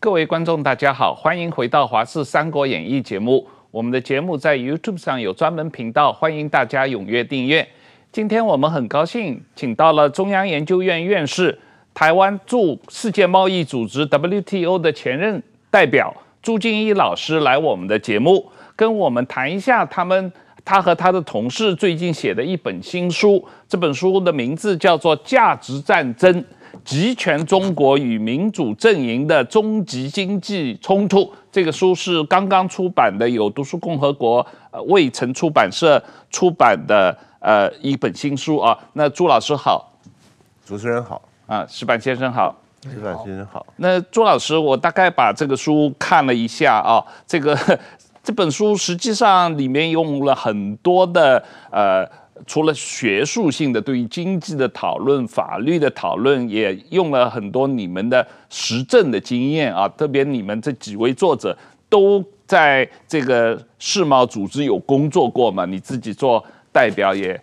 各位观众，大家好，欢迎回到《华视三国演义》节目。我们的节目在 YouTube 上有专门频道，欢迎大家踊跃订阅。今天我们很高兴请到了中央研究院院士、台湾驻世界贸易组织 WTO 的前任代表朱敬一老师来我们的节目，跟我们谈一下他和他的同事最近写的一本新书。这本书的名字叫做《价值战争：集权中国与民主阵营的终极经济冲突》。这个书是刚刚出版的，由读书共和国卫城出版社出版的一本新书啊。那朱老师好， 主持人好啊，石板先生好。 石板先生好。 那朱老师，我大概把这个书看了一下啊，这本书实际上里面用了很多的除了学术性的对于经济的讨论、法律的讨论，也用了很多你们的实证的经验啊。特别你们这几位作者都在这个世贸组织有工作过嘛，你自己做代表也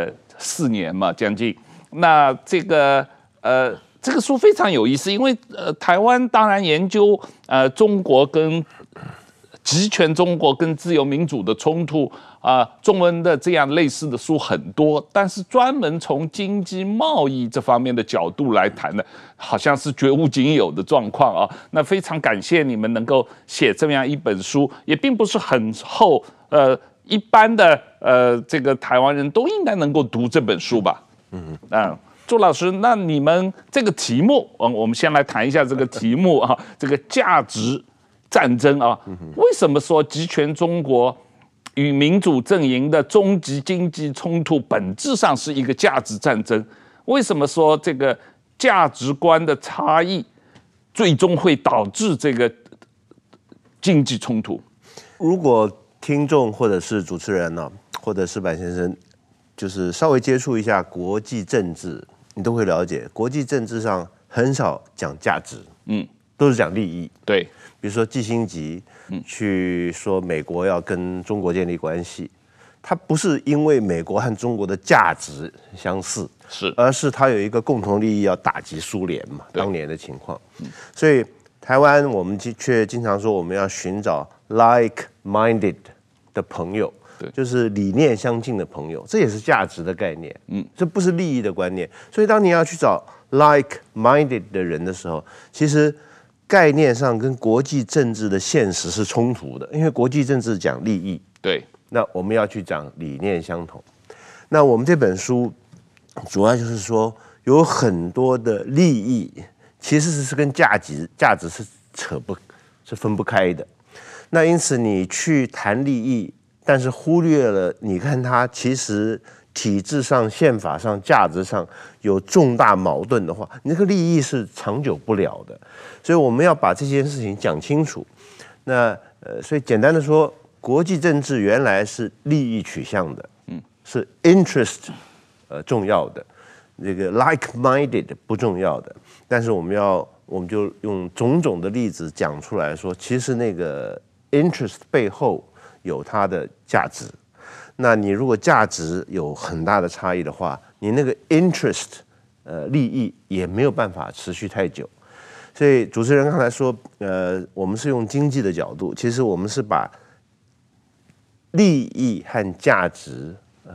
4年嘛，将近。那这个书非常有意思，因为台湾当然研究中国跟集权中国跟自由民主的冲突中文的这样类似的书很多，但是专门从经济贸易这方面的角度来谈的，好像是绝无仅有的状况啊。那非常感谢你们能够写这样一本书，也并不是很厚，一般的这个台湾人都应该能够读这本书吧？朱老师，那你们这个题目，我们先来谈一下这个题目啊，这个价值战争啊，为什么说集权中国与民主阵营的终极经济冲突本质上是一个价值战争？为什么说这个价值观的差异最终会导致这个经济冲突？ 如果听众或者是主持人呢，或者是板先生，就是稍微接触一下国际政治，你都会了解，国际政治上很少讲价值，都是讲利益。对。比如说季辛吉去说美国要跟中国建立关系，他不是因为美国和中国的价值相似，而是他有一个共同利益要打击苏联嘛，当年的情况。所以台湾我们却经常说我们要寻找 like-minded 的朋友，就是理念相近的朋友，这也是价值的概念。这不是利益的观念。所以当你要去找 like-minded 的人的时候，其实概念上跟国际政治的现实是冲突的，因为国际政治讲利益，对，那我们要去讲理念相同。那我们这本书主要就是说，有很多的利益其实是跟价值是分不开的。那因此你去谈利益，但是忽略了，你看它其实体制上、宪法上、价值上有重大矛盾的话，你这个利益是长久不了的。所以我们要把这件事情讲清楚。那所以简单的说，国际政治原来是利益取向的，是 interest 重要的，这个 like-minded 不重要的。但是我们就用种种的例子讲出来说，其实那个 interest 背后有它的价值。那你如果价值有很大的差异的话，你那个 interest 利益也没有办法持续太久。所以主持人刚才说，我们是用经济的角度，其实我们是把利益和价值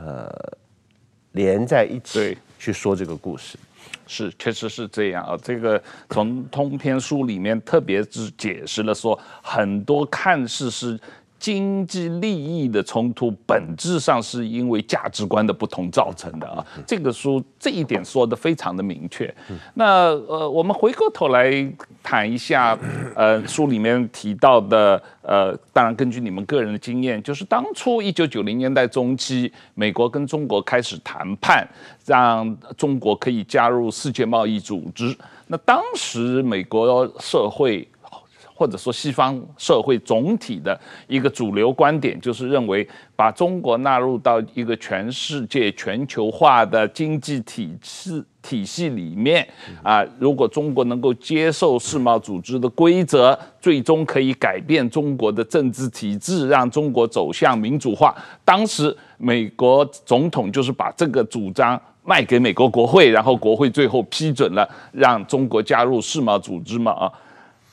连在一起去说这个故事。 是，确实是这样啊。这个从通篇书里面特别是解释了说，很多看似是经济利益的冲突，本质上是因为价值观的不同造成的啊。这个书这一点说得非常的明确。那我们回过头来谈一下，书里面提到的，当然根据你们个人的经验，就是当初1990年代中期，美国跟中国开始谈判，让中国可以加入世界贸易组织。那当时美国社会，或者说西方社会总体的一个主流观点，就是认为把中国纳入到一个全世界全球化的经济体系里面如果中国能够接受世贸组织的规则，最终可以改变中国的政治体制，让中国走向民主化。当时美国总统就是把这个主张卖给美国国会，然后国会最后批准了让中国加入世贸组织嘛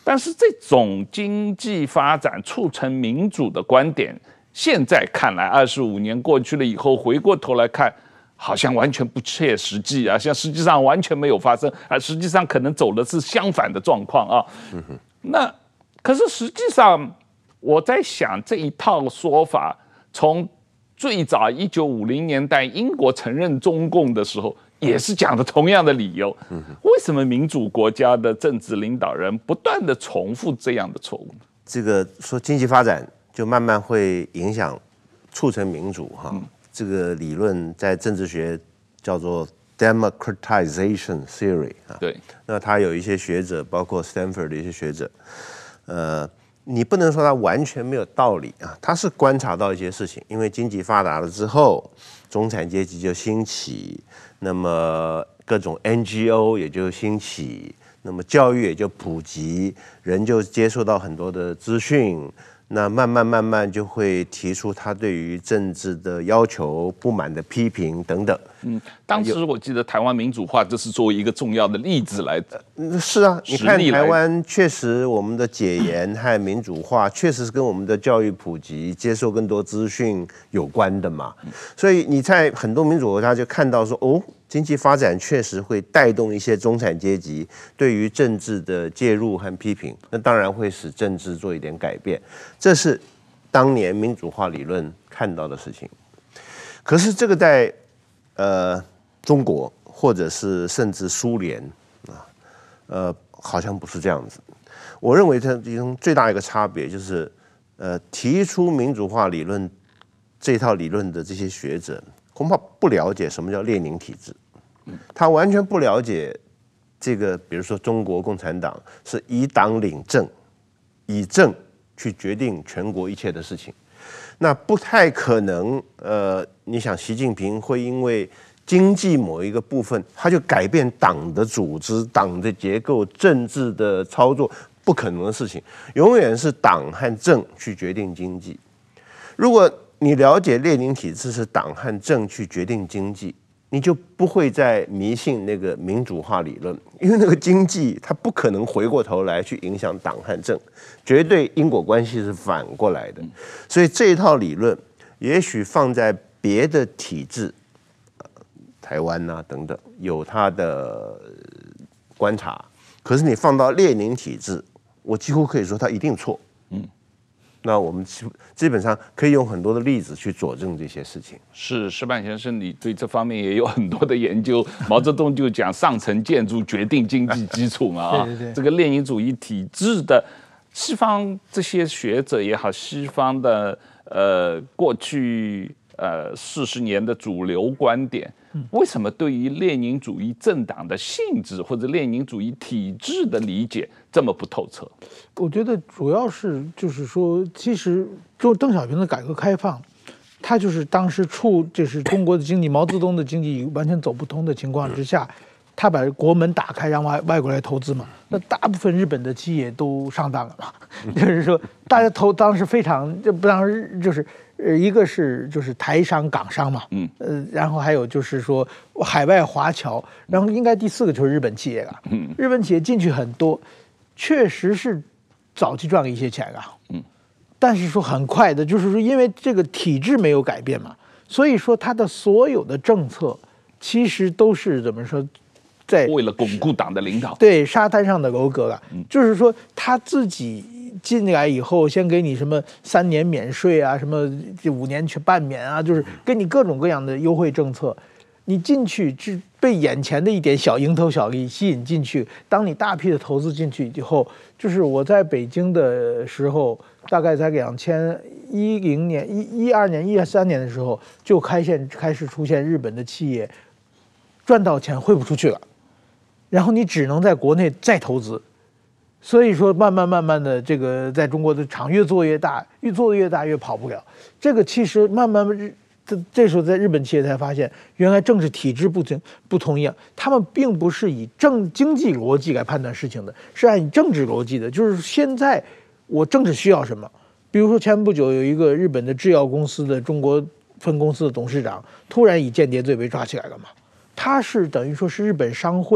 但是这种经济发展促成民主的观点，现在看来25年过去了以后，回过头来看，好像完全不切实际啊，像实际上完全没有发生，而实际上可能走的是相反的状况啊。那可是实际上，我在想这一套说法，从最早1950年代英国承认中共的时候，也是讲的同样的理由。为什么民主国家的政治领导人不断的重复这样的错误呢？ 这个说经济发展就慢慢会影响、促成民主哈。这个理论在政治学叫做 democratization theory 啊。 对， 那他有一些学者，包括 Stanford 的一些学者，你不能说他完全没有道理啊，他是观察到一些事情，因为经济发达了之后，中产阶级就兴起，那么各种 NGO 也就兴起，那么教育也就普及，人就接受到很多的资讯，那慢慢就会提出他对于政治的要求、不满的批评等等。 当时我记得台湾民主化，这是作为一个重要的例子来。 是啊，你看台湾确实我们的解严和民主化，确实是跟我们的教育普及、接受更多资讯有关的嘛。所以你在很多民主国家就看到说，哦，经济发展确实会带动一些中产阶级对于政治的介入和批评，那当然会使政治做一点改变。这是当年民主化理论看到的事情。可是这个在中国或者是甚至苏联好像不是这样子。我认为它其中最大一个差别就是，提出民主化理论这套理论的这些学者，恐怕不了解什么叫列宁体制，他完全不了解这个，比如说中国共产党是以党领政，以政去决定全国一切的事情。那不太可能，你想习近平会因为经济某一个部分，他就改变党的组织、党的结构、政治的操作，不可能的事情，永远是党和政去决定经济。如果你了解列宁体制是党和政去决定经济，你就不会再迷信那个民主化理论，因为那个经济它不可能回过头来去影响党和政，绝对因果关系是反过来的。所以这一套理论也许放在别的体制，台湾啊等等，有它的观察，可是你放到列宁体制，我几乎可以说它一定错。那我们基本上可以用很多的例子去佐证这些事情。 是石板先生，你对这方面也有很多的研究。毛泽东就讲上层建筑决定经济基础嘛，对，这个列宁主义体制的西方这些学者也好，西方的过去40年的主流观点，为什么对于列宁主义政党的性质或者列宁主义体制的理解这么不透彻？ 我觉得主要是就是说，其实就邓小平的改革开放，他就是当时就是中国的经济，毛泽东的经济完全走不通的情况之下，他把国门打开，让外国来投资嘛。那大部分日本的企业都上当了嘛，就是说大家当时非常当时就是一个是就是台商港商嘛，然后还有就是说海外华侨，然后应该第4个就是日本企业了，日本企业进去很多，确实是早期赚了一些钱啊，但是说很快的，就是说因为这个体制没有改变嘛，所以说它的所有的政策其实都是怎么说？ 为了巩固党的领导， 对沙滩上的楼阁了，就是说他自己进来以后，先给你什么3年免税啊，什么5年去半免啊，就是给你各种各样的优惠政策。你进去是被眼前的一点小蝇头小利吸引进去，当你大批的投资进去以后，就是我在北京的时候，大概在2010年、12年、13年的时候，就开始出现日本的企业赚到钱汇不出去了。然后你只能在国内再投资，所以说慢慢的，这个在中国的厂越做越大，越做越大越跑不了。这个其实慢慢这时候在日本企业才发现，原来政治体制不同样，他们并不是以经济逻辑来判断事情的，是按政治逻辑的。就是现在我政治需要什么，比如说前不久有一个日本的制药公司的中国分公司的董事长突然以间谍罪被抓起来了嘛。他是等于说是日本商会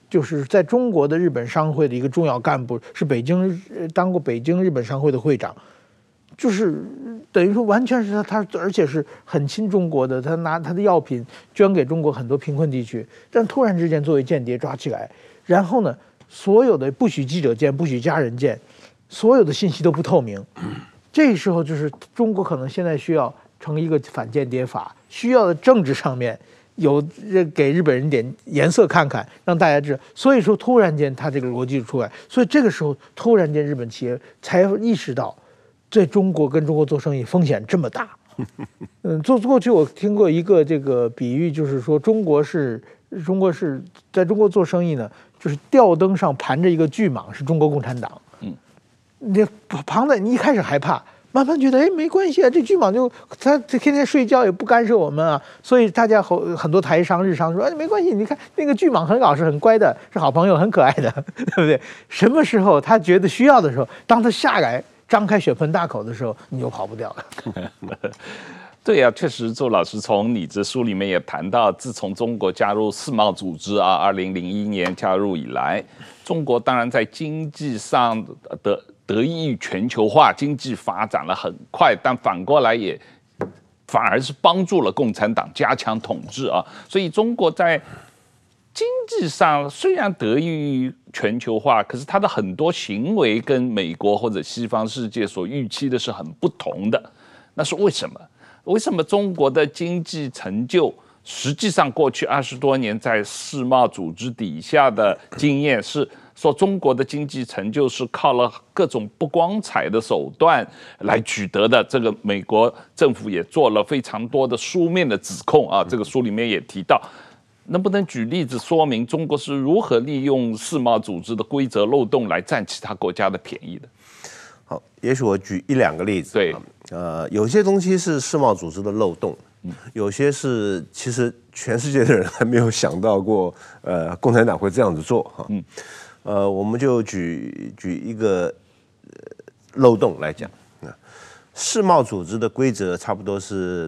就是在中国的日本商会的一个重要干部，是当过北京日本商会的会长，就是等于说完全是他，而且是很亲中国的，他拿他的药品捐给中国很多贫困地区，但突然之间作为间谍抓起来，然后呢，所有的不许记者见，不许家人见，所有的信息都不透明。这时候就是中国可能现在需要成一个反间谍法，需要的政治上面有给日本人点颜色看看，让大家知道。所以说突然间他这个逻辑出来，所以这个时候突然间日本企业才意识到，在中国跟中国做生意风险这么大。过去我听过一个这个比喻，就是说中国是在中国做生意呢，就是吊灯上盘着一个巨蟒，是中国共产党。你庞的，你一开始害怕，慢慢觉得没关系啊，这巨蟒他天天睡觉也不干涉我们啊，所以大家很多台商日商说，没关系，你看那个巨蟒很老实很乖的，是好朋友很可爱的，对不对？什么时候他觉得需要的时候，当他下来张开血盆大口的时候，你就跑不掉了。 对呀，确实，周老师从你这书里面也谈到，自从中国加入世贸组织2001年加入以来，中国当然在经济上得益于全球化，经济发展了很快，但反过来也反而是帮助了共产党加强统治啊。所以中国在经济上虽然得益于全球化，可是它的很多行为跟美国或者西方世界所预期的是很不同的。那是为什么？为什么中国的经济成就，实际上过去20多年在世贸组织底下的经验是说，中国的经济成就是靠了各种不光彩的手段来取得的。这个美国政府也做了非常多的书面的指控啊，这个书里面也提到。能不能举例子说明中国是如何利用世贸组织的规则漏洞来占其他国家的便宜的？ 好，也许我举1-2个例子。 对， 有些东西是世贸组织的漏洞，有些是其实全世界的人还没有想到过，共产党会这样子做哈。我们就举一个漏洞来讲。世贸组织的规则差不多是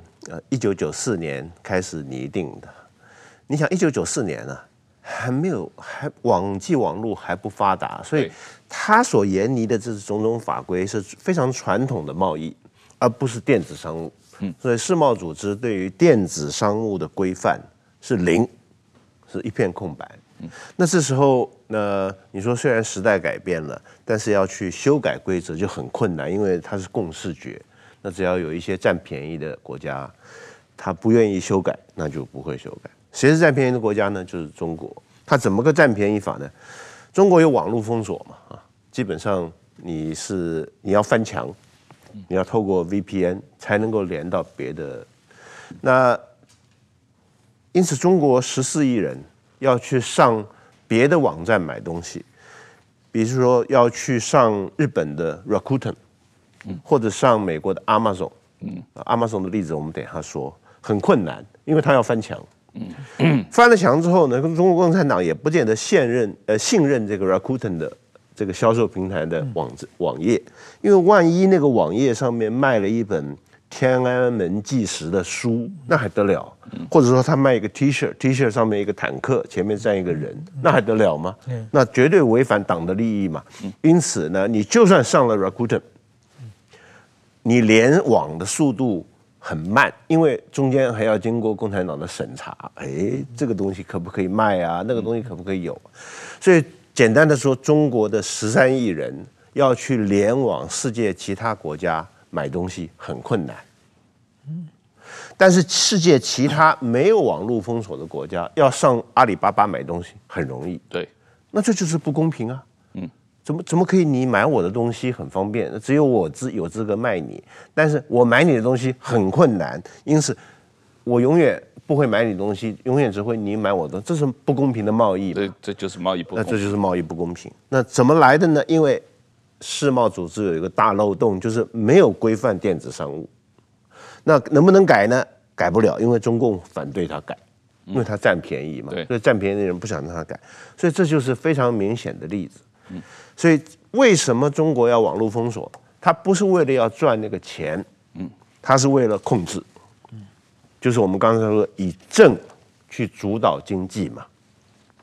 1994年开始拟定的。你想1994年啊，还网际网络还不发达，所以他所研拟的这种种法规是非常传统的贸易，而不是电子商务。所以世贸组织对于电子商务的规范是零，是一片空白。那这时候呢，你说虽然时代改变了，但是要去修改规则就很困难，因为它是共视觉。那只要有一些占便宜的国家，他不愿意修改，那就不会修改。谁是占便宜的国家呢？就是中国。他怎么个占便宜法呢？中国有网络封锁嘛，基本上你要翻墙，你要透过 VPN 才能够连到别的。那因此，中国14亿人要去上别的网站买东西，比如说要去上日本的 Rakuten，或者上美国的 Amazon，Amazon 的例子我们等一下说，很困难，因为他要翻墙。翻了墙之后呢，中国共产党也不见得信任这个 Rakuten 的这个销售平台的网页，因为万一那个网页上面卖了一本天安门纪实的书，那还得了？或者说他卖一个 T 恤上面一个坦克，前面站一个人，那还得了吗？那绝对违反党的利益嘛。因此呢，你就算上了 Rakuten，你联网的速度很慢，因为中间还要经过共产党的审查。这个东西可不可以卖啊？那个东西可不可以有？所以简单的说，中国的13亿人要去联网世界其他国家买东西很困难。但是世界其他没有网络封锁的国家要上阿里巴巴买东西很容易。 对， 那这就是不公平啊。怎么可以？你买我的东西很方便，只有我有资格卖你，但是我买你的东西很困难，因此我永远不会买你的东西，永远只会你买我的，这是不公平的贸易。 对，这就是贸易不公平。 那这就是贸易不公平。那怎么来的呢？因为世贸组织有一个大漏洞，就是没有规范电子商务。那能不能改呢？改不了，因为中共反对他改，因为他占便宜嘛。所以占便宜的人不想让他改，所以这就是非常明显的例子。所以为什么中国要网络封锁？它不是为了要赚那个钱，它是为了控制，就是我们刚才说以政去主导经济嘛。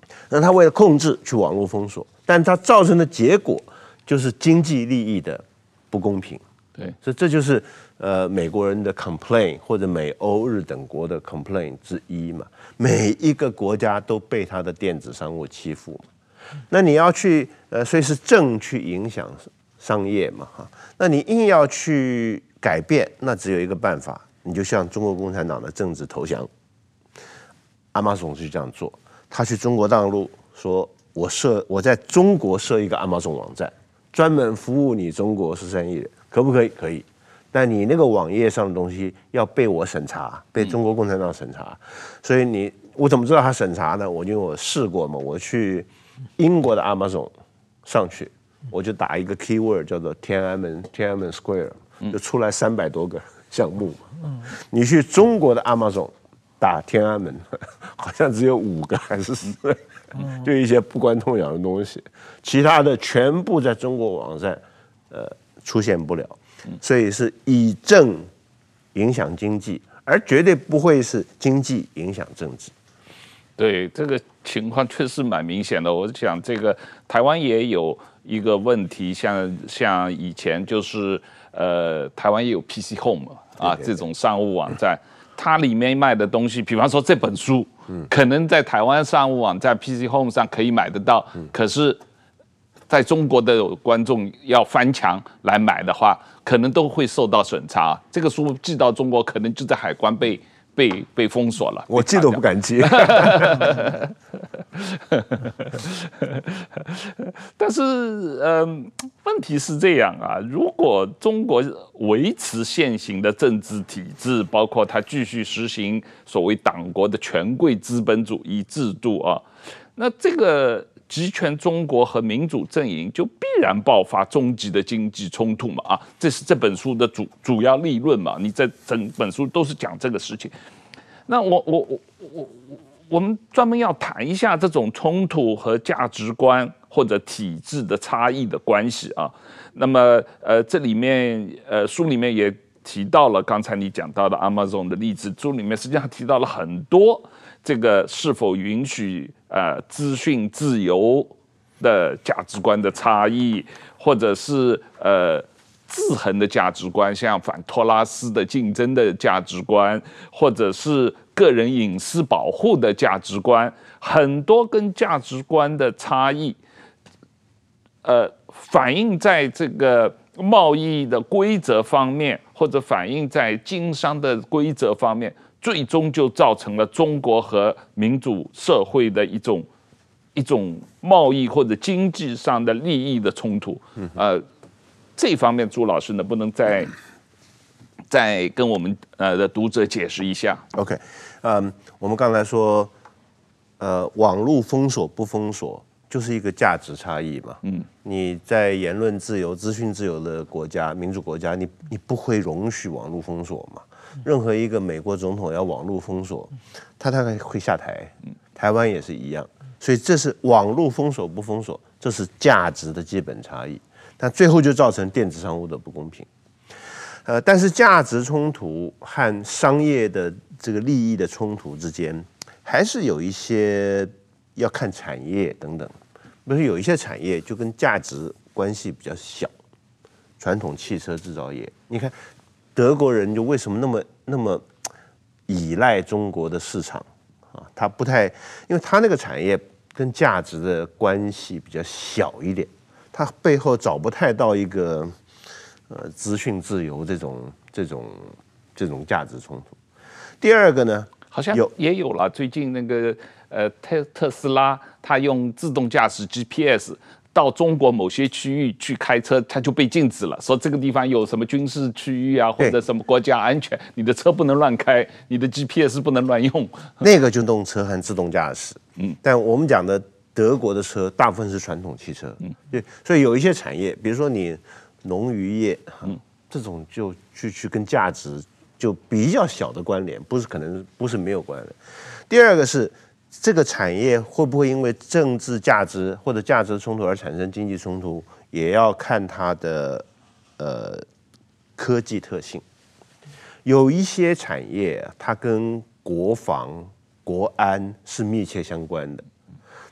那他为了控制去网络封锁，但它造成的结果就是经济利益的不公平。 对， 所以这就是美国人的 complaint 或者美欧日等国的 complaint 之一嘛。每一个国家都被他的电子商务欺负嘛。那你要去所以是政去影响商业嘛哈。那你硬要去改变，那只有一个办法，你就向中国共产党的政治投降。Amazon 是这样做，他去中国大陆说，我在中国设一个 Amazon 网站，专门服务你中国13亿人，可不可以？可以，但你那个网页上的东西要被我审查，被中国共产党审查。所以我怎么知道他审查呢？因为我试过嘛，我去英国的 Amazon 上去，我就打一个 keyword 叫做天安门 Square， 就出来300多个项目嘛。你去中国的 Amazon 打天安门，好像只有5个还是10个，就一些不关痛痒的东西，其他的全部在中国网站出现不了。所以是以政影响经济，而绝对不会是经济影响政治。 对，这个情况确实蛮明显的。我想这个台湾也有一个问题，像以前就是台湾也有 PC Home 啊，这种商务网站。它里面卖的东西，比方说这本书，可能在台湾商务网站 PC Home 上可以买得到，可是在中国的观众要翻墙来买的话，可能都会受到审查。这个书寄到中国，可能就在海关被封锁了。 我寄都不敢寄。 但是，问题是这样啊，如果中国维持现行的政治体制，包括它继续实行所谓党国的权贵资本主义制度啊，那这个集权中国和民主阵营就必然爆发终极的经济冲突嘛啊，这是这本书的主要立论嘛，你在整本书都是讲这个事情。那我们专门要谈一下这种冲突和价值观或者体制的差异的关系啊。那么这里面书里面也提到了刚才你讲到的 Amazon 的例子，书里面实际上提到了很多这个是否允许资讯自由的价值观的差异，或者是制衡的价值观，像反托拉斯的竞争的价值观，或者是个人隐私保护的价值观，很多跟价值观的差异，反映在这个贸易的规则方面，或者反映在经商的规则方面，最终就造成了中国和民主社会的一种贸易或者经济上的利益的冲突。这方面朱老师能不能再跟我们的读者解释一下 ？OK， 我们刚才说，网络封锁不封锁就是一个价值差异嘛。你在言论自由、资讯自由的国家、民主国家，你不会容许网络封锁嘛？任何一个美国总统要网络封锁，他大概会下台。台湾也是一样，所以这是网络封锁不封锁，这是价值的基本差异。但最后就造成电子商务的不公平，但是价值冲突和商业的这个利益的冲突之间，还是有一些要看产业等等。比如有一些产业就跟价值关系比较小，传统汽车制造业，你看德国人就为什么那么依赖中国的市场啊？他不太，因为他那个产业跟价值的关系比较小一点。它背后找不太到一个资讯自由这种价值冲突。第二个呢， 好像也有了，最近那个特斯拉，它用自动驾驶 GPS 到中国某些区域去开车，它就被禁止了，说这个地方有什么军事区域啊，或者什么国家安全，你的车不能乱开，你的 GPS 不能乱用。 那个就动车和自动驾驶。但我们讲的德国的车大部分是传统汽车，对，所以有一些产业，比如说你农渔业，这种就去跟价值就比较小的关联，可能不是没有关联。第二个是这个产业会不会因为政治价值或者价值冲突而产生经济冲突，也要看它的科技特性。有一些产业它跟国防、国安是密切相关的。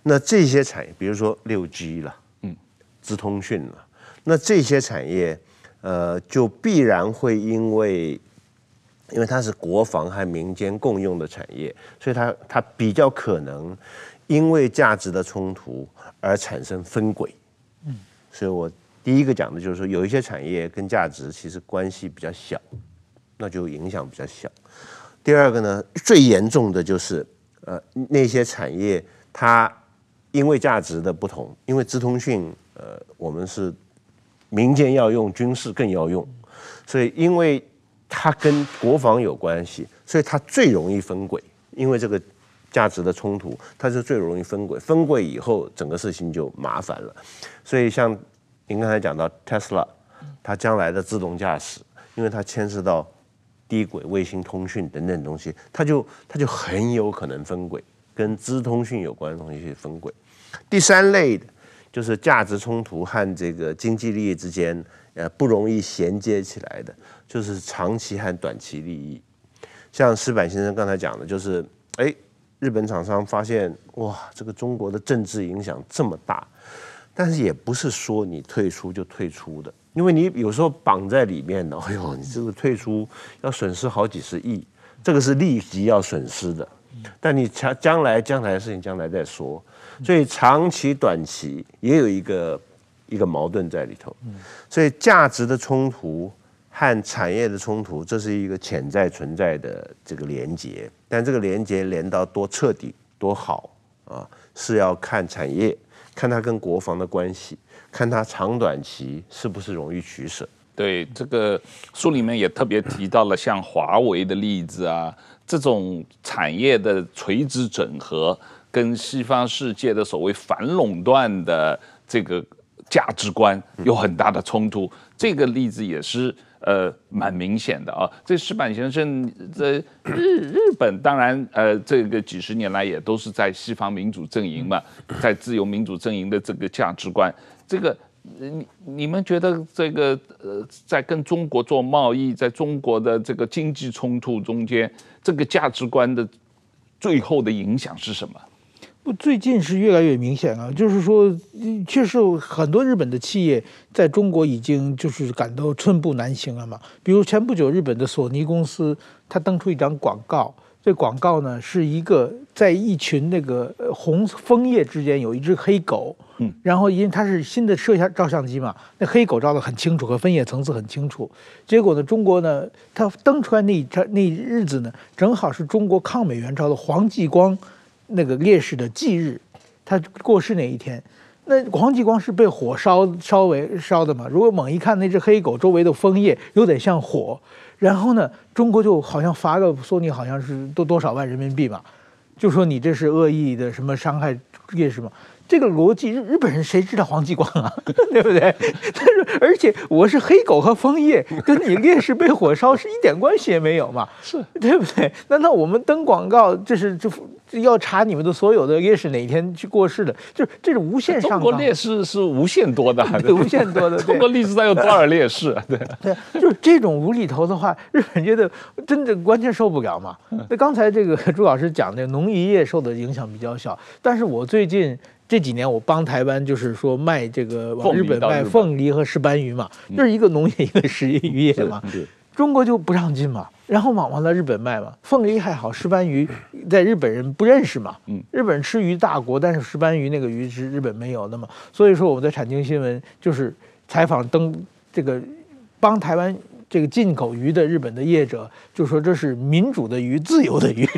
那这些产业，比如说6G 了，资通讯了，那这些产业，就必然会因为它是国防和民间共用的产业，所以它比较可能因为价值的冲突而产生分轨。所以我第一个讲的就是说，有一些产业跟价值其实关系比较小，那就影响比较小。第二个呢，最严重的就是那些产业它因为价值的不同，因为资通讯我们是民间要用，军事更要用，所以因为它跟国防有关系，所以它最容易分轨。因为这个价值的冲突，它是最容易分轨。分轨以后，整个事情就麻烦了。所以像您刚才讲到 Tesla， 它将来的自动驾驶，因为它牵涉到低轨卫星通讯等等东西，它就很有可能分轨，跟资通讯有关的东西分轨。第三类的就是价值冲突和这个经济利益之间不容易衔接起来的，就是长期和短期利益。像矢板先生刚才讲的，就是日本厂商发现哇，这个中国的政治影响这么大，但是也不是说你退出就退出的，因为你有时候绑在里面的，你这个退出要损失好几十亿，这个是立即要损失的。但你将来的事情将来再说，所以长期短期也有一个矛盾在里头。所以价值的冲突和产业的冲突，这是一个潜在存在的这个连结，但这个连结连到多彻底多好啊，是要看产业，看它跟国防的关系，看它长短期是不是容易取舍。 对，这个书里面也特别提到了像华为的例子啊，这种产业的垂直整合跟西方世界的所谓反垄断的这个价值观有很大的冲突，这个例子也是蛮明显的啊。这矢板先生在日本，当然这个几十年来也都是在西方民主阵营嘛，在自由民主阵营的这个价值观，这个你们觉得这个在跟中国做贸易，在中国的这个经济冲突中间，这个价值观的最后的影响是什么？ 最近是越来越明显啊，就是说，确实很多日本的企业在中国已经就是感到寸步难行了嘛。比如前不久，日本的索尼公司，它登出一张广告，这广告呢是一个在一群那个红枫叶之间有一只黑狗，然后因为它是新的照相机嘛，那黑狗照得很清楚，和枫叶层次很清楚。结果呢，中国呢，它登出来那日子呢，正好是中国抗美援朝的黄继光那个烈士的忌日，他过世那一天，那黄继光是被火烧的嘛？如果猛一看那只黑狗周围的枫叶有点像火，然后呢，中国就好像罚个索尼好像是多少万人民币嘛，就说你这是恶意的什么伤害烈士嘛。这个逻辑，日本人谁知道黄继光啊，对不对？但是而且我是黑狗和枫叶，跟你烈士被火烧是一点关系也没有嘛， 是对不对？难道我们登广告这要查你们的所有的烈士哪天去过世的？就是这是无限上纲。 中国烈士是无限多的， 对，无限多的。 中国历史上有多少烈士？ 对，就是这种无厘头的话，日本人觉得真的完全受不了嘛。那刚才这个朱老师讲的农渔业受的影响比较小，但是我最近这几年我帮台湾就是说卖这个往日本卖凤梨和石斑鱼嘛，这是一个农业一个实业渔业嘛，中国就不让进嘛，然后往到日本卖嘛。凤梨还好，石斑鱼在日本人不认识嘛，日本人吃鱼大国，但是石斑鱼那个鱼是日本没有的嘛，所以说我们在产经新闻就是采访这个帮台湾这个进口鱼的日本的业者，就说这是民主的鱼，自由的鱼。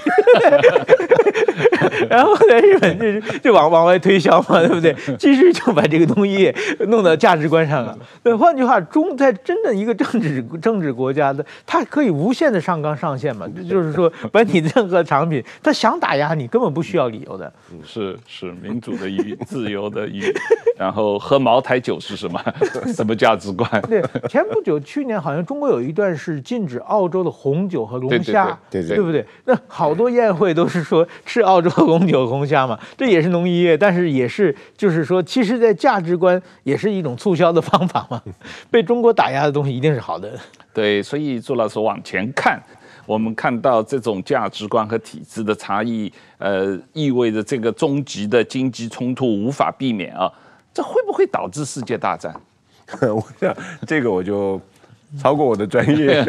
然后在日本就往外推销嘛，对不对？其实就把这个农业弄到价值观上了。对，换句话，在真的一个政治国家的，它可以无限的上纲上线嘛，就是说把你任何产品，他想打压你根本不需要理由的。 是民主的鱼，自由的鱼。然后喝茅台酒是什么？什么价值观？ 对，前不久去年好像中国有一段是禁止澳洲的红酒和龙虾，对不对？那好多宴会都是说吃澳洲的红酒红虾嘛，这也是农渔业，但是也是就是说，其实在价值观也是一种促销的方法嘛。被中国打压的东西一定是好的。 对，所以朱老师往前看， 我们看到这种价值观和体制的差异，意味着这个终极的经济冲突无法避免啊，这会不会导致世界大战？ 我想这个我就超过我的专业。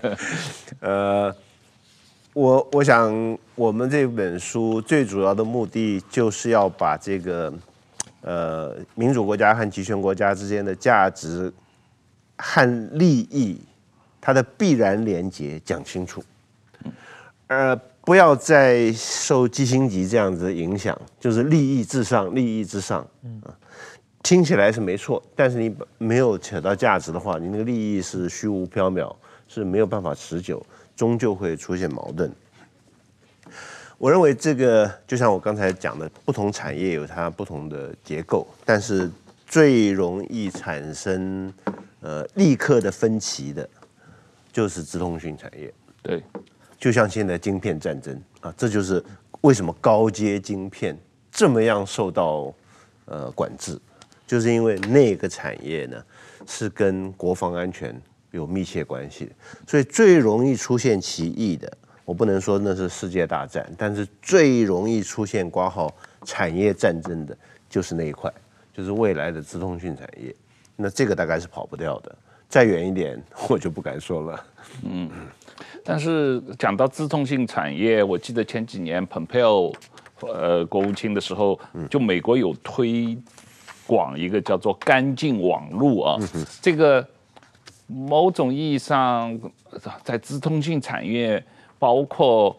我想我们这本书最主要的目的就是要把这个民主国家和集权国家之间的价值和利益它的必然连结讲清楚，不要再受基辛格这样子的影响，就是利益至上，利益至上。听起来是没错，但是你没有扯到价值的话，你那个利益是虚无缥缈，是没有办法持久，终究会出现矛盾。我认为这个就像我刚才讲的，不同产业有它不同的结构，但是最容易产生立刻的分歧的，就是资通讯产业。 对， 就像现在晶片战争啊，这就是为什么高阶晶片这么样受到管制，就是因为那个产业呢是跟国防安全有密切关系的，所以最容易出现歧义的。我不能说那是世界大战，但是最容易出现挂号产业战争的就是那一块，就是未来的资通讯产业。那这个大概是跑不掉的，再远一点我就不敢说了。 但是讲到资通讯产业，我记得前几年蓬佩奥国务卿的时候，就美国有推广一个叫做干净网路啊，这个某种意义上在资通讯产业。包括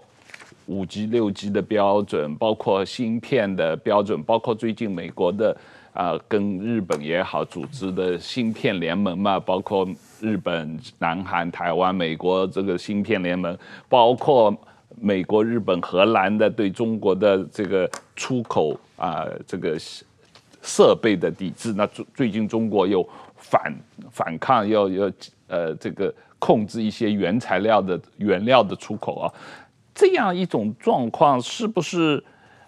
5G、6G 的标准，包括芯片的标准，包括最近美国的跟日本也好组织的芯片联盟嘛，包括日本、南韩、台湾、美国这个芯片联盟，包括美国、日本、荷兰的对中国的这个出口这个设备的抵制。那最近中国又反抗，要这个。控制一些原料的出口啊，这样一种状况是不是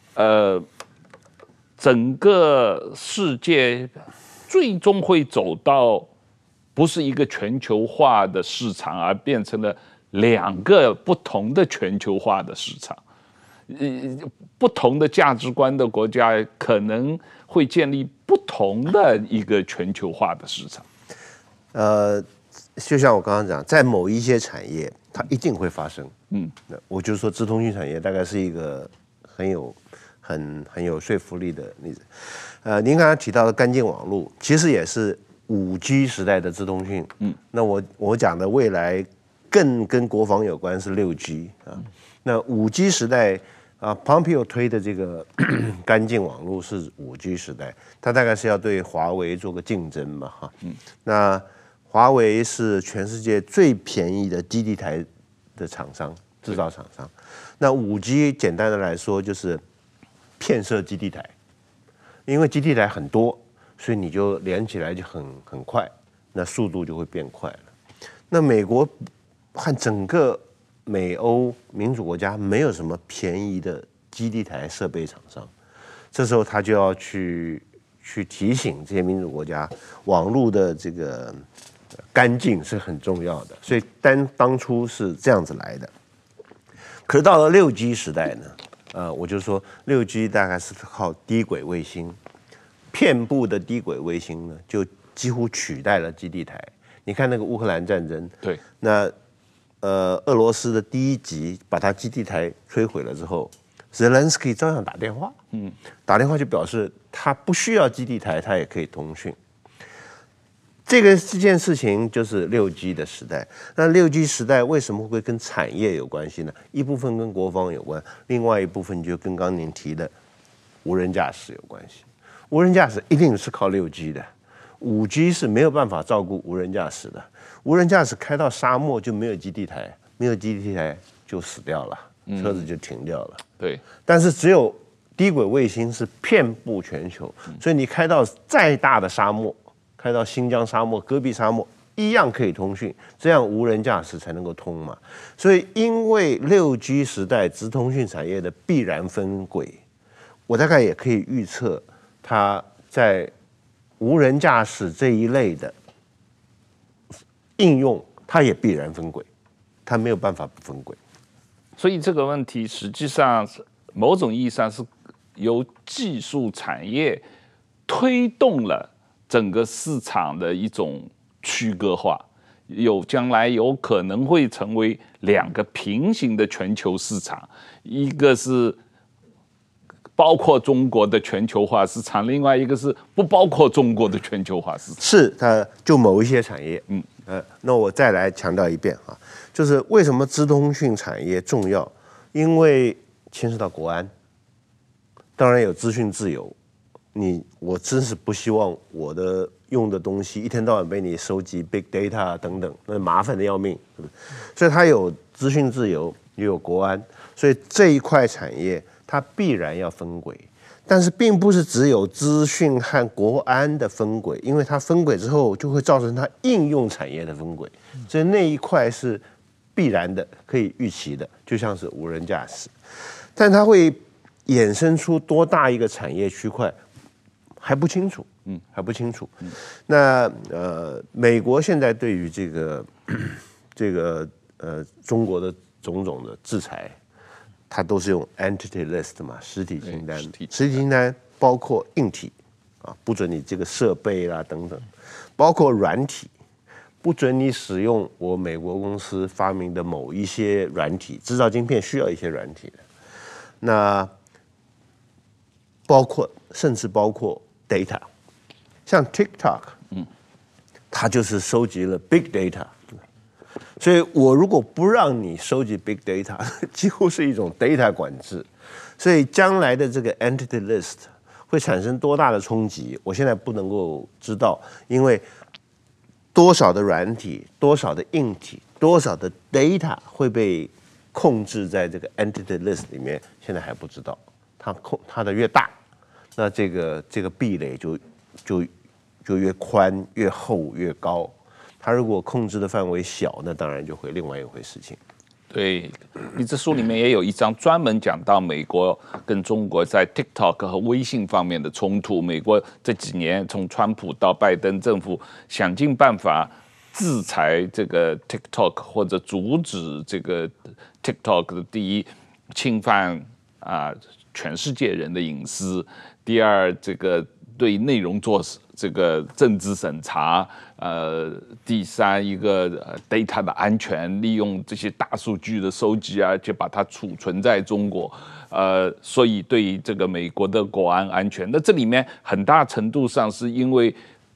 整个世界最终会走到不是一个全球化的市场，而变成了2个不同的全球化的市场？不同的价值观的国家可能会建立不同的一个全球化的市场。 就像我刚刚讲，在某一些产业，它一定会发生。我就说资通讯产业大概是一个很有说服力的例子。您刚才提到的干净网络，其实也是5G 时代的资通讯。那我讲的未来更跟国防有关是6G 啊。那5G 时代Pompeo 推的这个干净网络是5G 时代，它大概是要对华为做个竞争嘛，哈。那华为是全世界最便宜的基地台的厂商，制造厂商。那5G 简单的来说就是片设基地台，因为基地台很多，所以你就连起来就很快，那速度就会变快了。那美国和整个美欧民主国家没有什么便宜的基地台设备厂商，这时候他就要去提醒这些民主国家，网络的这个干净是很重要的，所以当初是这样子来的。可是到了6G 时代呢，我就说6G 大概是靠低轨卫星，遍布的低轨卫星呢，就几乎取代了基地台。你看那个乌克兰战争， 对， 那俄罗斯的第1级把他基地台摧毁了之后，Zelensky 照样打电话，打电话就表示他不需要基地台，他也可以通讯。这件事情就是6G 的时代。那6G 时代为什么会跟产业有关系呢？一部分跟国防有关，另外一部分就跟刚您提的无人驾驶有关系。无人驾驶一定是靠6G 的，5G 是没有办法照顾无人驾驶的。无人驾驶开到沙漠就没有基地台，没有基地台就死掉了，车子就停掉了。 对， 但是只有低轨卫星是遍布全球，所以你开到再大的沙漠，开到新疆沙漠、戈壁沙漠，一样可以通讯，这样无人驾驶才能够通嘛。所以因为6G 时代资通讯产业的必然分轨，我大概也可以预测，它在无人驾驶这一类的应用，它也必然分轨，它没有办法不分轨。 所以这个问题实际上某种意义上是由技术产业推动了整个市场的一种区隔化，将来有可能会成为2个平行的全球市场，一个是包括中国的全球化市场，另外一个是不包括中国的全球化市场。 是它就某一些产业，那我再来强调一遍啊，就是为什么资通讯产业重要？因为牵涉到国安，当然有资讯自由。我真是不希望我的用的东西一天到晚被你收集 big data 等等，那麻烦的要命，是不是？所以它有资讯自由，也有国安，所以这一块产业它必然要分轨。但是并不是只有资讯和国安的分轨，因为它分轨之后就会造成它应用产业的分轨，所以那一块是必然的，可以预期的，就像是无人驾驶。但它会衍生出多大一个产业区块还不清楚，还不清楚。那美国现在对于这个中国的种种的制裁，它都是用 entity list 嘛，实体清单。实体清单包括硬体啊，不准你这个设备啦等等，包括软体，不准你使用我美国公司发明的某一些软体，制造晶片需要一些软体的。那甚至包括 data， 像 TikTok，它就是收集了 big data。所以我如果不让你收集 big data， 几乎是一种 data 管制。所以将来的这个 entity list 会产生多大的冲击，我现在不能够知道，因为多少的软体、多少的硬体、多少的 data 会被控制在这个 entity list 里面，现在还不知道。它的越大，那这个壁垒就越宽、越厚、越高。它如果控制的范围小，那当然就会另外一回事情。 对，你这书里面也有一章专门讲到美国跟中国在 TikTok 和微信方面的冲突。美国这几年从川普到拜登政府想尽办法制裁这个 TikTok， 或者阻止这个 TikTok 的第一侵犯全世界人的隐私，第二这个对内容做这个政治审查，第三一个data 的安全，利用这些大数据的收集啊，就把它储存在中国，所以对于这个美国的国安安全，那这里面很大程度上是因为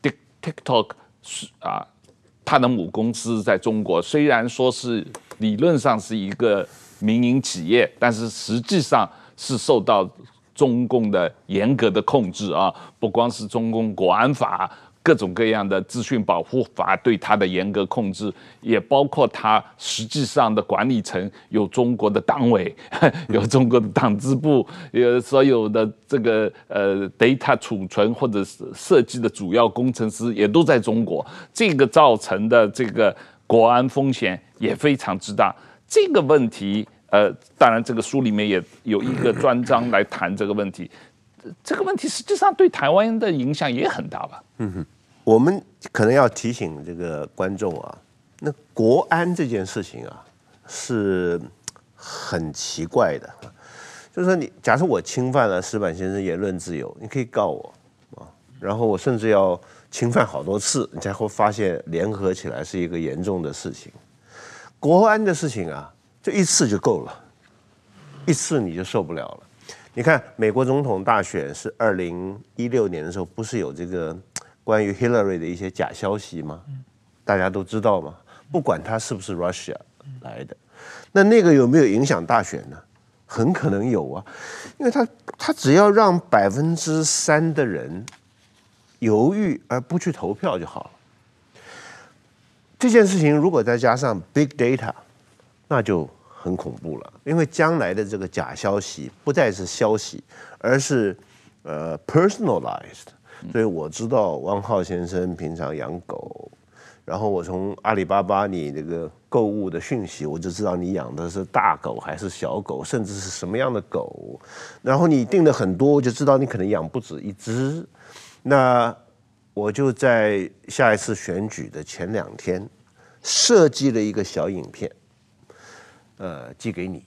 TikTok 它的母公司在中国，虽然说是理论上是一个民营企业，但是实际上是受到中共的严格的控制啊，不光是中共国安法，各种各样的资讯保护法对它的严格控制，也包括它实际上的管理层有中国的党委，有中国的党支部，有所有的这个data 储存或者是设计的主要工程师也都在中国，这个造成的这个国安风险也非常之大。这个问题当然这个书里面也有一个专章来谈这个问题，这个问题实际上对台湾的影响也很大吧。 我们可能要提醒这个观众啊，那国安这件事情啊是很奇怪的，就是说假设我侵犯了矢板先生言论自由，你可以告我啊，然后我甚至要侵犯好多次，你才会发现联合起来是一个严重的事情。国安的事情啊，就一次就够了，一次你就受不了了。你看美国总统大选是2016年的时候，不是有这个关于 Hillary 的一些假消息吗？大家都知道吗？不管他是不是 Russia 来的，那个有没有影响大选呢？很可能有啊，因为他只要让3%的人犹豫而不去投票就好了。这件事情如果再加上 big data， 那就很恐怖了，因为将来的这个假消息不再是消息，而是personalized。所以我知道汪浩先生平常养狗，然后我从阿里巴巴你这个购物的讯息，我就知道你养的是大狗还是小狗，甚至是什么样的狗。然后你订的很多，我就知道你可能养不止一只。那我就在下一次选举的前2天设计了一个小影片，寄给你，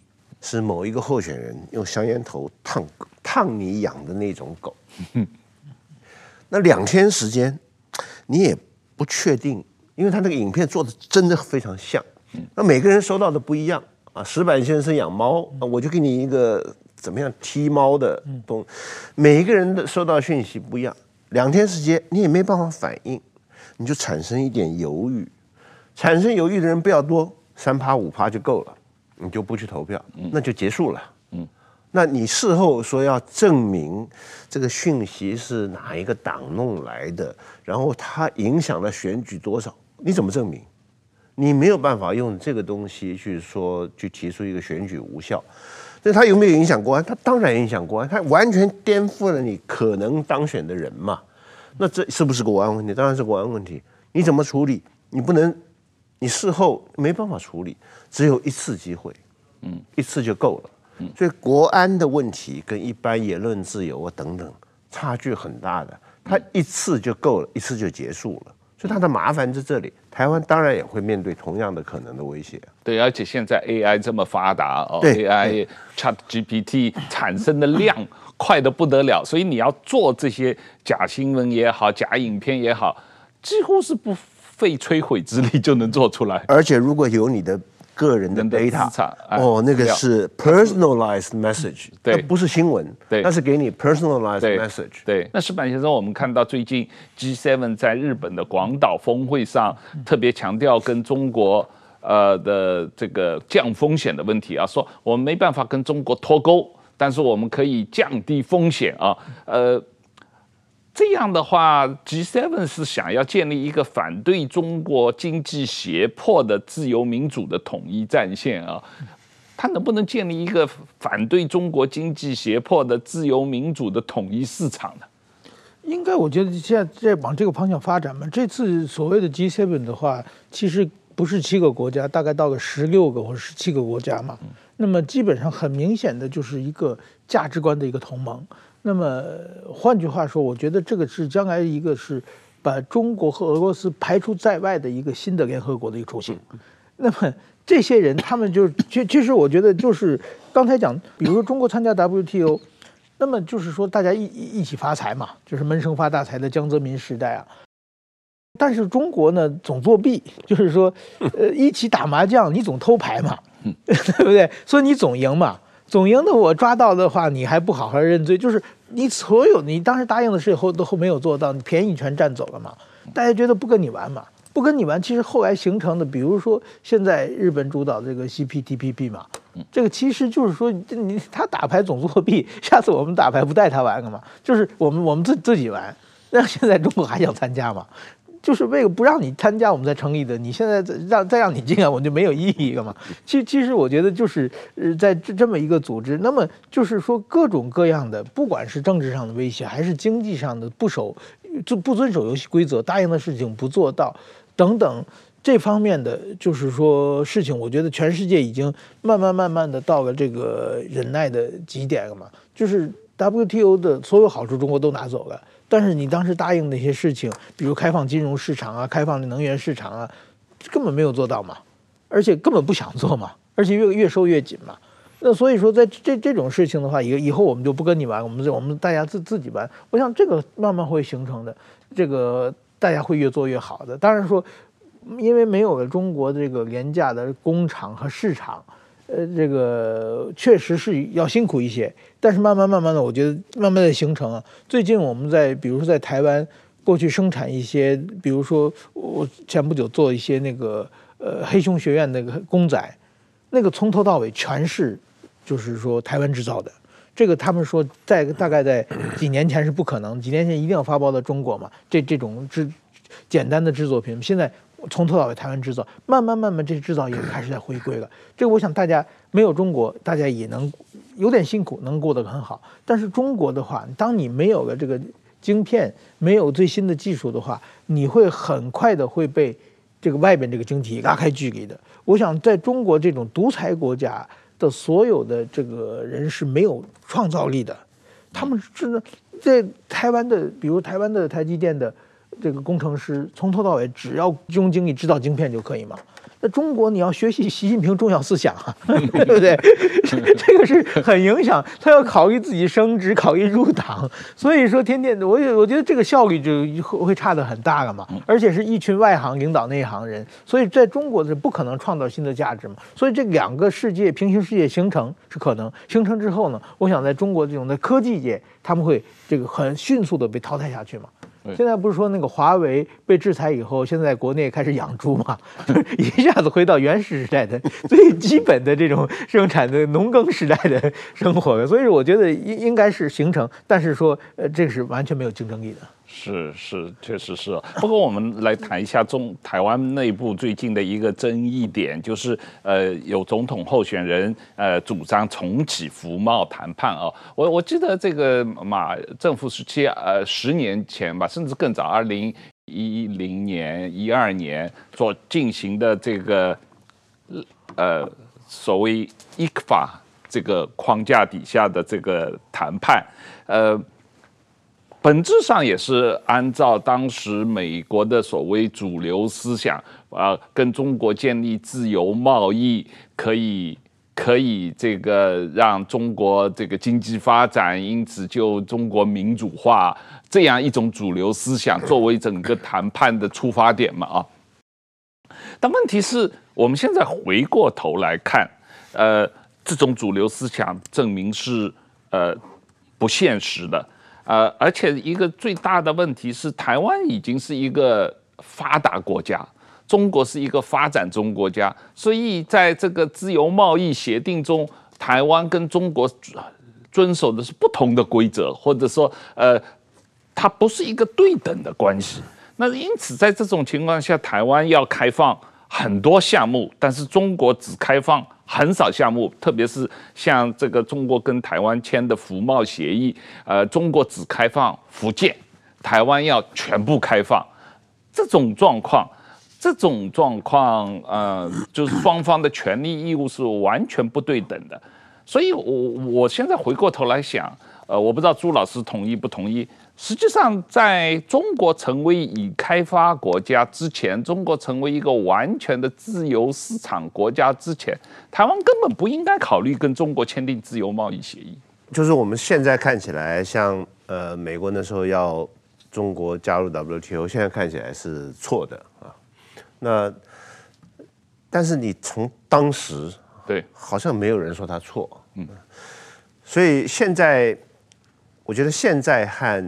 是某一个候选人用香烟头烫你养的那种狗。那2天时间，你也不确定，因为他那个影片做的真的非常像。那每个人收到的不一样啊。石板先生养猫，我就给你一个怎么样踢猫的东，每一个人的收到讯息不一样。2天时间，你也没办法反应，你就产生一点犹豫。产生犹豫的人不要多，3%、5%就够了，你就不去投票，那就结束了。那你事后说要证明这个讯息是哪一个党弄来的，然后它影响了选举多少，你怎么证明？你没有办法用这个东西去提出一个选举无效。那它有没有影响国安？它当然影响国安，它完全颠覆了你可能当选的人嘛。那这是不是国安问题？当然是国安问题。你怎么处理？你不能，你事后没办法处理，只有一次机会，一次就够了。所以国安的问题跟一般言论自由啊等等差距很大的，它一次就够了，一次就结束了。所以它的麻烦在这里。台湾当然也会面对同样的可能的威胁。 对，而且现在 AI 这么发达哦 ，AI ChatGPT 产生的量快得不得了，所以你要做这些假新闻也好，假影片也好，几乎是不费吹灰之力就能做出来。 而且如果有你的个人的 data， 那个是 personalized message， 对， 不是新闻， 对， 那是给你 personalized message。 对，那石板先生，我们看到最近 G7 在日本的广岛峰会上，特别强调跟中国的这个降风险的问题啊，说我们没办法跟中国脱钩，但是我们可以降低风险啊，这样的话 ，G7 是想要建立一个反对中国经济胁迫的自由民主的统一战线啊，它能不能建立一个反对中国经济胁迫的自由民主的统一市场呢？ 应该，我觉得现在往这个方向发展嘛。这次所谓的 G7 的话，其实不是7个国家，大概到个16个或者17个国家嘛。那么基本上很明显的就是一个价值观的一个同盟。那么换句话说，我觉得这个是将来一个是把中国和俄罗斯排除在外的一个新的联合国的一个雏形。那么这些人他们就其实我觉得就是刚才讲，比如说中国参加 WTO， 那么就是说大家一起发财嘛，就是闷声发大财的江泽民时代啊。但是中国呢总作弊，就是说一起打麻将你总偷牌嘛，对不对？所以你总赢嘛。总赢的我抓到的话，你还不好好认罪，就是你所有你当时答应的事以后都没有做到，你便宜全占走了嘛。大家觉得不跟你玩嘛，不跟你玩，其实后来形成的，比如说现在日本主导这个 CPTPP 嘛，这个其实就是说他打牌总作弊，下次我们打牌不带他玩了嘛，就是我们自己玩。那现在中国还想参加嘛？就是为了不让你参加，我们才成立的。你现在再让你进来，我就没有意义了嘛。其实我觉得就是在这么一个组织，那么就是说各种各样的，不管是政治上的威胁，还是经济上的不遵守游戏规则，答应的事情不做到等等这方面的，就是说事情，我觉得全世界已经慢慢的到了这个忍耐的极点了嘛。就是 WTO 的所有好处，中国都拿走了。但是你当时答应那些事情，比如开放金融市场啊，开放能源市场啊，根本没有做到嘛，而且根本不想做嘛，而且越收越紧嘛。那所以说，在这种事情的话，以后我们就不跟你玩，我们大家自己玩。我想这个慢慢会形成的，这个大家会越做越好的。当然说，因为没有了中国这个廉价的工厂和市场。这个确实是要辛苦一些，但是慢慢的，我觉得慢慢的形成啊。最近我们比如说在台湾，过去生产一些，比如说我前不久做一些那个黑熊学院那个公仔，那个从头到尾全是就是说台湾制造的。这个他们说大概在几年前是不可能，几年前一定要发包到中国嘛。这种简单的制作品，现在。从头到尾台湾制造，慢慢这制造业开始在回归了。这个我想大家没有中国，大家也能有点辛苦，能过得很好。但是中国的话，当你没有了这个晶片，没有最新的技术的话，你会很快的会被这个外边这个经济拉开距离的。我想在中国这种独裁国家的所有的这个人是没有创造力的，他们真的在台湾的，比如台湾的台积电的。这个工程师从头到尾只要集中精力制造晶片就可以嘛？ 那中国你要学习习近平重要思想啊，对不对？这个是很影响，他要考虑自己升职，考虑入党，所以说天天我觉得这个效率就会差得很大了嘛，而且是一群外行领导内行人，所以在中国是不可能创造新的价值嘛，所以这两个世界平行世界形成是可能，形成之后呢，我想在中国这种的科技界，他们会这个很迅速的被淘汰下去嘛。现在不是说那个华为被制裁以后，现在国内开始养猪嘛，一下子回到原始时代的最基本的这种生产的农耕时代的生活了。所以我觉得应该是形成，但是说这个是完全没有竞争力的。 是，确实是。不过我们来谈一下台湾内部最近的一个争议点，就是有总统候选人主张重启服贸谈判啊。我记得这个马政府时期10年前吧，甚至更早，2010年、12年所进行的这个所谓 ICFA 这个框架底下的这个谈判，本质上也是按照当时美国的所谓主流思想，跟中国建立自由贸易，可以这个让中国这个经济发展，因此就中国民主化这样一种主流思想作为整个谈判的出发点嘛啊。但问题是我们现在回过头来看，这种主流思想证明是不现实的。而且一个最大的问题是，台湾已经是一个发达国家，中国是一个发展中国家，所以在这个自由贸易协定中，台湾跟中国遵守的是不同的规则，或者说，它不是一个对等的关系。那因此，在这种情况下，台湾要开放很多项目，但是中国只开放很少项目，特别是像这个中国跟台湾签的服贸协议，中国只开放福建，台湾要全部开放。这种状况，就是双方的权利义务是完全不对等的。所以我现在回过头来想，我不知道朱老师同意不同意。实际上，在中国成为已开发国家之前，中国成为一个完全的自由市场国家之前，台湾根本不应该考虑跟中国签订自由贸易协议。 就是我们现在看起来，像美国那时候要中国加入 WTO， 现在看起来是错的啊。但是你从当时对， 好像没有人说他错，所以现在。我觉得现在和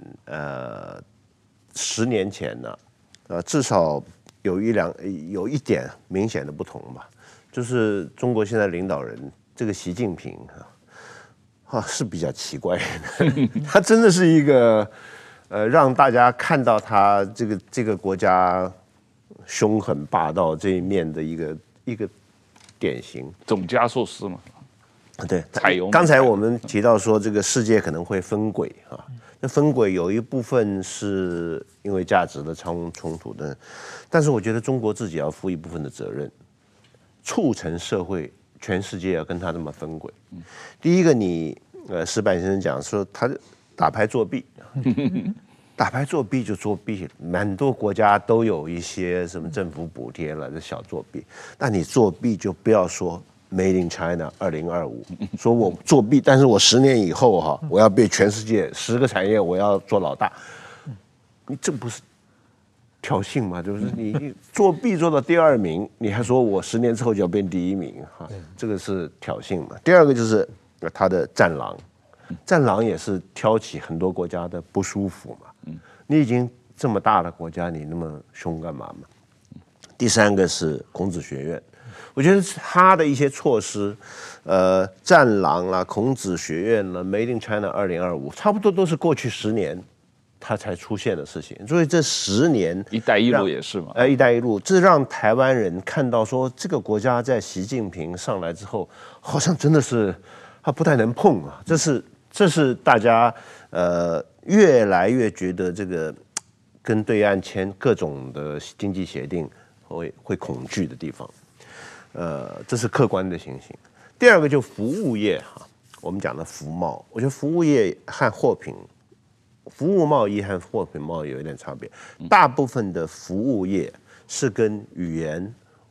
10年前呢，至少有一点明显的不同吧，就是中国现在领导人这个习近平是比较奇怪的，他真的是一个让大家看到他这个国家凶狠霸道这一面的一个典型。 总加速师嘛。 对，刚才我们提到说这个世界可能会分轨啊，那分轨有一部分是因为价值的冲突的，但是我觉得中国自己要负一部分的责任，促成社会全世界要跟他这么分轨。第一个，你石板先生讲说他打牌作弊，打牌作弊就作弊，蛮多国家都有一些什么政府补贴了，这小作弊，那你作弊就不要说。Made in China 2025，说我作弊，但是我10年以后我要被全世界10个产业我要做老大，你这不是挑衅吗？就是你作弊做到第2名，你还说我10年之后就要变第1名这个是挑衅嘛。第二个就是他的战狼也是挑起很多国家的不舒服嘛。你已经这么大的国家，你那么凶干嘛嘛？第3个是孔子学院。我觉得他的一些措施，战狼啦、孔子学院啦、Made in China 2025，差不多都是过去10年他才出现的事情。所以这10年， 一带一路也是嘛。 一带一路，这让台湾人看到说，这个国家在习近平上来之后，好像真的是他不太能碰啊。这是大家越来越觉得这个跟对岸签各种的经济协定会恐惧的地方。这是客观的情形。第二个就服务业我们讲的服贸，我觉得服务业和服务贸易和货品贸易有一点差别。大部分的服务业是跟语言、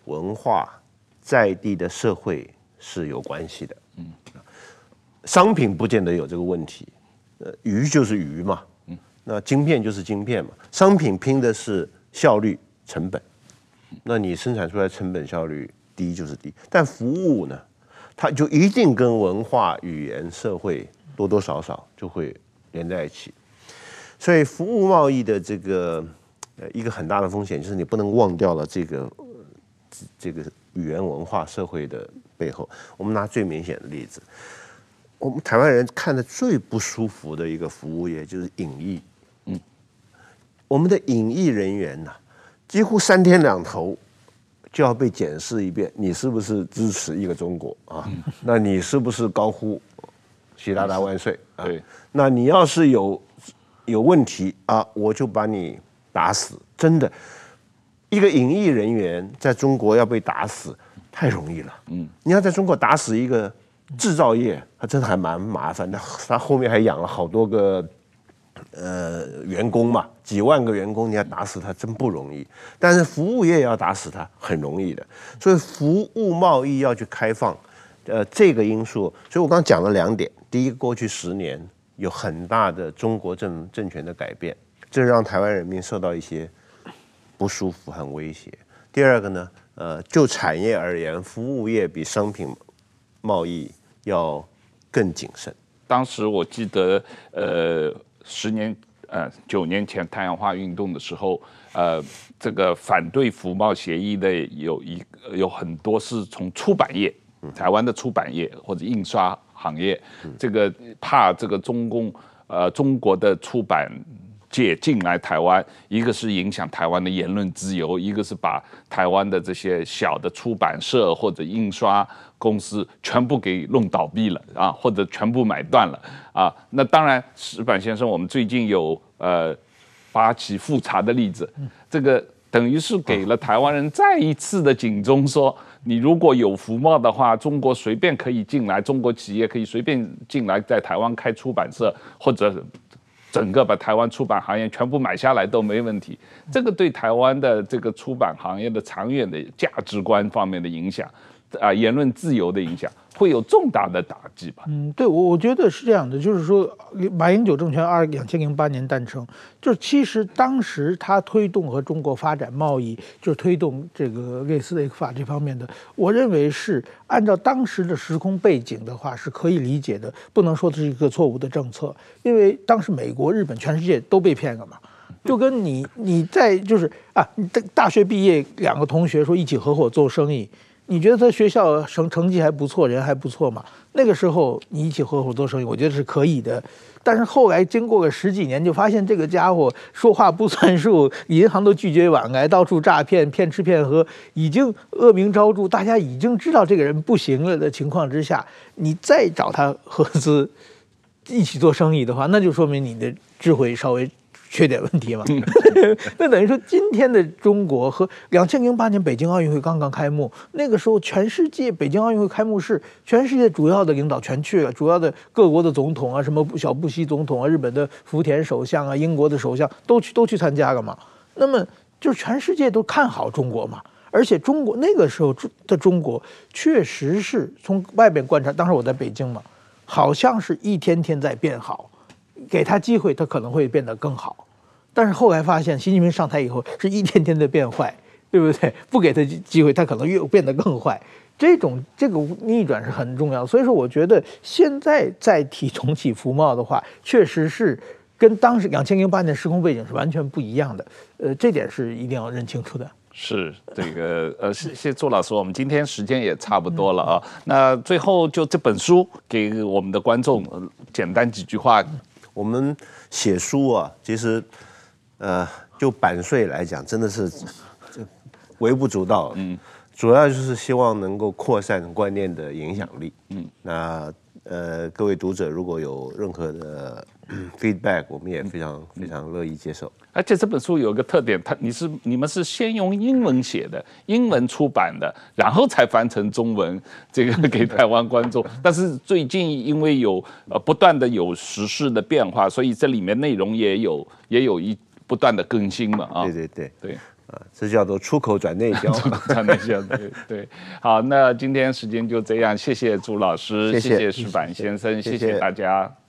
文化、在地的社会是有关系的。商品不见得有这个问题，鱼就是鱼嘛，那晶片就是晶片嘛。商品拼的是效率、成本，那你生产出来成本效率低就是低，但服务呢，它就一定跟文化、语言、社会多多少少就会连在一起。所以服务贸易的这个一个很大的风险就是你不能忘掉了这个语言、文化、社会的背后。我们拿最明显的例子。我们台湾人看的最不舒服的一个服务业就是影艺，我们的影艺人员呐，几乎3天2头就要被检视一遍，你是不是支持一个中国啊？那你是不是高呼习大大万岁啊？ 对， 那你要是有问题啊，我就把你打死。真的，一个影艺人员在中国要被打死太容易了。你要在中国打死一个制造业，它真的还蛮麻烦的，他后面还养了好多个员工嘛，几万个员工，你要打死他真不容易。但是服务业要打死他很容易的，所以服务贸易要去开放，这个因素，所以我刚刚讲了2点：第一个，过去10年有很大的中国政权的改变，这让台湾人民受到一些不舒服和威胁；第二个呢，就产业而言，服务业比商品贸易要更谨慎。 当时我记得9年前太阳花运动的时候，这个反对服贸协议的有很多是从出版业，台湾的出版业或者印刷行业，这个怕这个中国的出版界进来台湾，一个是影响台湾的言论自由，一个是把台湾的这些小的出版社或者印刷公司全部给弄倒闭了啊，或者全部买断了啊。那当然，石板先生，我们最近有八旗复查的例子，这个等于是给了台湾人再一次的警钟，说你如果有服贸的话，中国随便可以进来，中国企业可以随便进来，在台湾开出版社或者整个把台湾出版行业全部买下来都没问题。这个对台湾的这个出版行业的长远的价值观方面的影响，言论自由的影响，会有重大的打击吧？ 对，我觉得是这样的，就是说，马英九政权2008年诞生，就是其实当时他推动和中国发展贸易，就是推动这个类似的法这方面的，我认为是按照当时的时空背景的话是可以理解的，不能说这是一个错误的政策，因为当时美国、日本、全世界都被骗了嘛。就跟你在就是你大学毕业2个同学说一起合伙做生意。你觉得他学校成绩还不错，人还不错嘛？那个时候你一起合伙做生意，我觉得是可以的。但是后来经过了10几年，就发现这个家伙说话不算数，银行都拒绝往来，到处诈骗，骗吃骗喝，已经恶名昭著，大家已经知道这个人不行了的情况之下，你再找他合资一起做生意的话，那就说明你的智慧稍微缺点问题嘛。那等于说今天的中国和2008年北京奥运会刚刚开幕，那个时候全世界北京奥运会开幕式，全世界主要的领导全去了，主要的各国的总统啊，什么小布希总统啊，日本的福田首相啊，英国的首相都去参加了嘛。那么就是全世界都看好中国嘛。而且中国那个时候的中国确实是从外边观察，当时我在北京嘛，好像是一天天在变好，给他机会他可能会变得更好。但是后来发现，习近平上台以后是一天天的变坏，对不对？不给他机会，他可能越变得更坏。这个逆转是很重要。所以说，我觉得现在再提重启服贸的话，确实是跟当时2008年时空背景是完全不一样的。这点是一定要认清楚的。 是这个谢谢朱老师，我们今天时间也差不多了啊。那最后就这本书给我们的观众简单几句话。 我们写书啊，其实就版税来讲，真的是微不足道。主要就是希望能够扩散观念的影响力。那各位读者如果有任何的feedback， 我们也非常非常乐意接受。 而且这本书有一个特点，你们是先用英文写的，英文出版的，然后才翻成中文，这个给台湾观众。但是最近因为有不断的有时事的变化，所以这里面内容也有不断的更新嘛啊。 对。 这叫做出口转内销。 转内销，对对。好，那今天时间就这样，谢谢朱老师，谢谢石板先生，谢谢大家。